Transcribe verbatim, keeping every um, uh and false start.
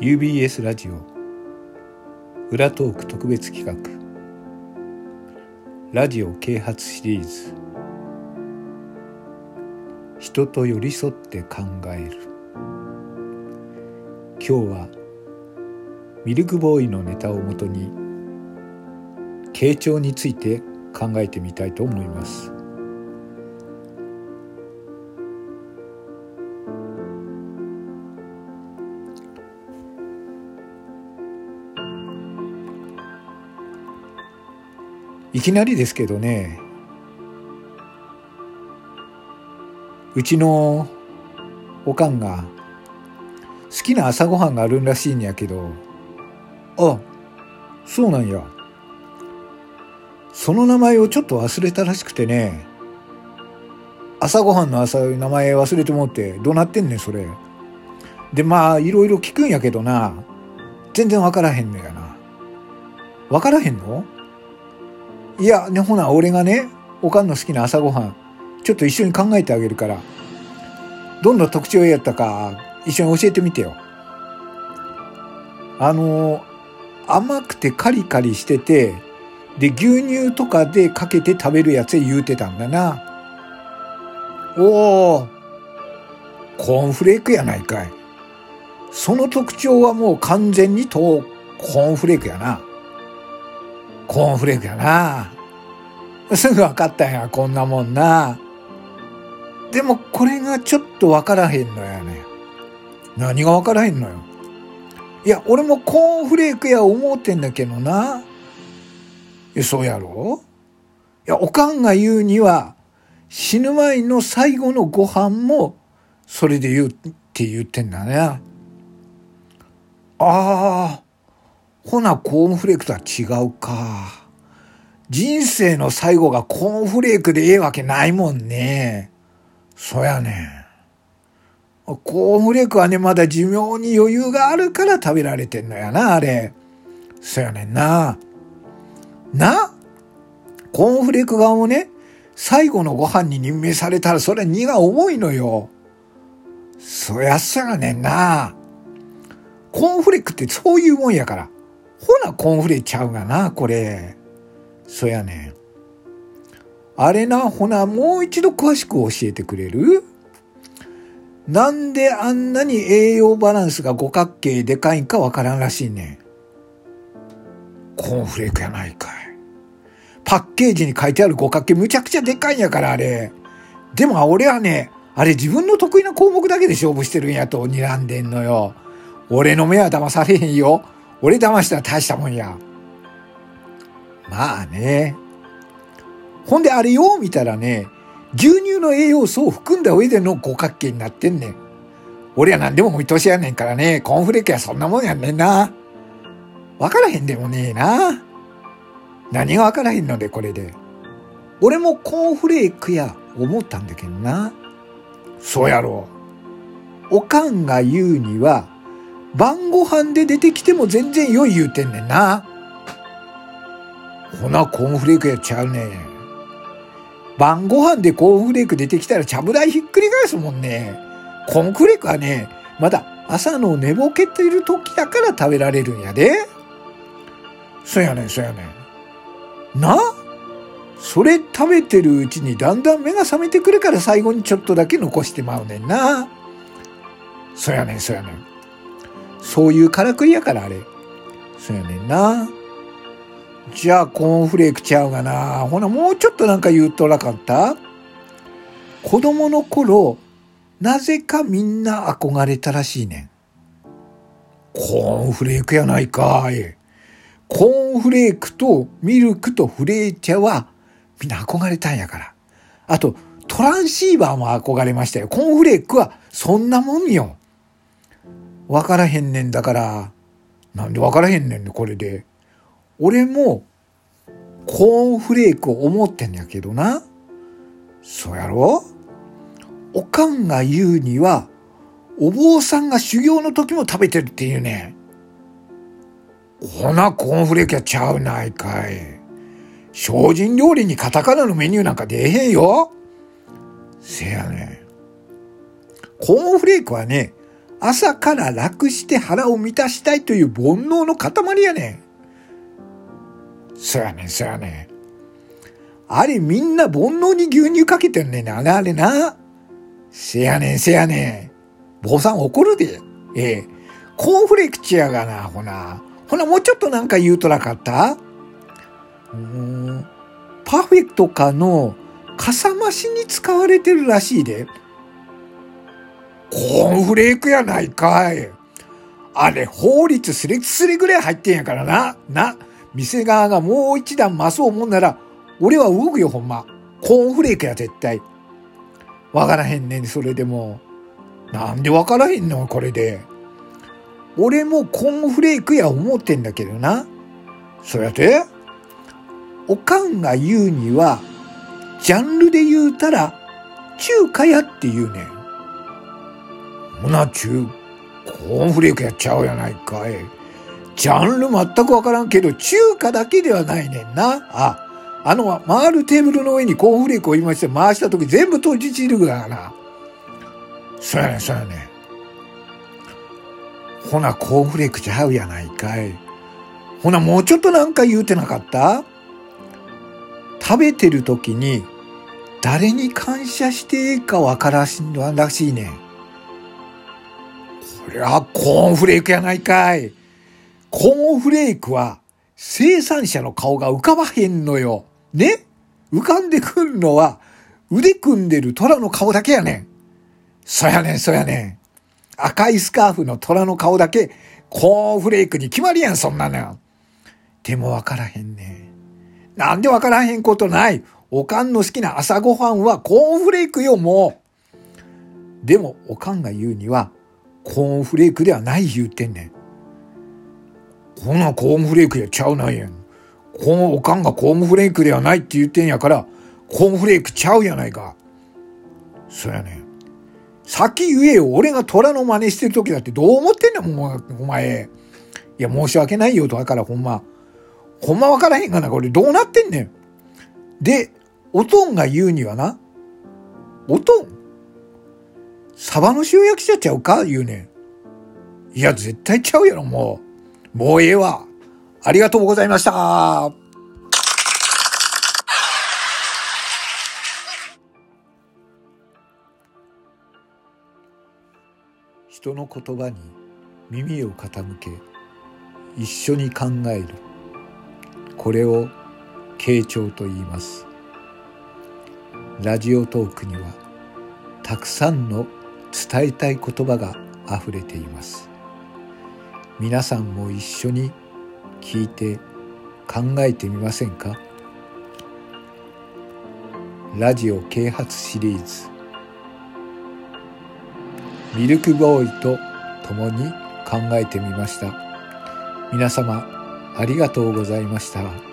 ユービーエス ラジオ裏トーク特別企画ラジオ啓発シリーズ人と寄り添って考える。今日はミルクボーイのネタをもとに傾聴について考えてみたいと思います。いきなりですけどね、うちのおかんが好きな朝ごはんがあるんらしいんやけど、あ、そうなんや。その名前をちょっと忘れたらしくてね、朝ごはんの朝名前忘れてもってどうなってんねんそれ。でまあいろいろ聞くんやけどな、全然わからへんのやな。わからへんの？いやね、ほな俺がね、おかんの好きな朝ごはんちょっと一緒に考えてあげるから、どんな特徴やったか一緒に教えてみてよ。あの甘くてカリカリしてて、で牛乳とかでかけて食べるやつ言うてたんだな。おー、コーンフレークやないかい。その特徴はもう完全にとコーンフレークやな。コーンフレークやな。すぐ分かったんや、こんなもんな。でもこれがちょっと分からへんのやね。何が分からへんのよ。いや俺もコーンフレークや思うてんだけどな。え、そうやろ？いやおかんが言うには、死ぬ前の最後のご飯もそれで言うって言ってんだね。ああ、ほなコーンフレークとは違うか。人生の最後がコーンフレークでええわけないもんね。そやねん。コーンフレークはね、まだ寿命に余裕があるから食べられてんのやな、あれ。そやねんな。な？コーンフレーク側もね、最後のご飯に任命されたらそれ荷が重いのよ。そやそやねんな。コーンフレークってそういうもんやから。ほなコーンフレークちゃうがな、これ。そやねん。あれな、ほなもう一度詳しく教えてくれる？なんであんなに栄養バランスが五角形でかいんかわからんらしいねん。コーンフレークやないかい。パッケージに書いてある五角形むちゃくちゃでかいんやからあれ。でも俺はね、あれ自分の得意な項目だけで勝負してるんやと睨んでんのよ。俺の目は騙されへんよ。俺騙したら大したもんや。まあね。ほんであれよう見たらね、牛乳の栄養素を含んだ上での五角形になってんねん。俺は何でも見通しやねんからね、コーンフレークやそんなもんやんねんな。わからへんでもねえな。何がわからへんのでこれで。俺もコーンフレークや思ったんだけどな。そうやろう。おかんが言うには、晩ご飯で出てきても全然良い言うてんねんな。ほなコーンフレークやっちゃうねん。晩ご飯でコーンフレーク出てきたらちゃぶ台ひっくり返すもんね。コーンフレークはね、まだ朝の寝ぼけてる時だから食べられるんやで。そやねんそやねん。な？それ食べてるうちにだんだん目が覚めてくるから最後にちょっとだけ残してまうねんな。そやねんそやねん。そういうからくりやからあれ。そやねんな。じゃあコーンフレークちゃうがな。ほなもうちょっとなんか言うとらかった？子供の頃、なぜかみんな憧れたらしいねん。コーンフレークやないかい。コーンフレークとミルクとフレーチャはみんな憧れたんやから。あとトランシーバーも憧れましたよ。コーンフレークはそんなもんよ。わからへんねんだから。なんでわからへんねんねこれで。俺もコーンフレークを思ってんやけどな。そうやろ？おかんが言うには、お坊さんが修行の時も食べてるって言うねん。ほなコーンフレークやちゃうないかい。精進料理にカタカナのメニューなんか出えへんよ。せやねん。コーンフレークはね、 朝から楽して腹を満たしたいという煩悩の塊やねん。そやねん、そやねん。あれみんな煩悩に牛乳かけてんねんな、あれあれな。せやねん、せやねん。坊さん怒るで。ええ。コーンフレークチやがな、ほな。ほな、もうちょっとなんか言うとなかった？うーん。パフェとかのかさ増しに使われてるらしいで。コーンフレークやないかい。あれ、法律すれすれぐらい入ってんやからな。な。店側がもう一段増そうもんなら、俺は動くよ、ほんま。コーンフレークや、絶対。わからへんねん、それでも。なんでわからへんの、これで。俺もコーンフレークや思ってんだけどな。そうやっておかんが言うには、ジャンルで言うたら、中華やって言うねん。ほな、中、コーンフレークやっちゃうやないかい。ジャンル全くわからんけど、中華だけではないねんな。あ、あの、回るテーブルの上にコーンフレークを今して回したとき全部閉じ散るからな。そうやねん、そうやねん。ほな、コーンフレークちゃうやないかい。ほな、もうちょっとなんか言うてなかった？食べてるときに、誰に感謝してええかわからしんらしいねん。これはコーンフレークやないかい。コーンフレークは生産者の顔が浮かばへんのよ。ね？浮かんでくんのは腕組んでる虎の顔だけやねん。そやねん、そやねん。赤いスカーフの虎の顔だけコーンフレークに決まりやん、そんなの。でもわからへんねん。なんでわからへんことない。おかんの好きな朝ごはんはコーンフレークよ、もう。でもおかんが言うにはコーンフレークではない言うてんねん。ほな、コーンフレークやちゃうなんやん。このおかんがコーンフレークではないって言ってんやから、コーンフレークちゃうやないか。そうやねん。先言えよ、俺が虎の真似してる時だってどう思ってんねん、お前。いや、申し訳ないよ、だからほんま。ほんまわからへんがな、これどうなってんねん。で、おとんが言うにはな、おとんサバの塩焼きしちゃうか言うねん。いや、絶対ちゃうやろ、もう。もうええわ。ありがとうございました。人の言葉に耳を傾け、一緒に考える。これを傾聴と言います。ラジオトークにはたくさんの伝えたい言葉があふれています。皆さんも一緒に聞いて考えてみませんか？ラジオ啓発シリーズ、ミルクボーイと共に考えてみました。皆様ありがとうございました。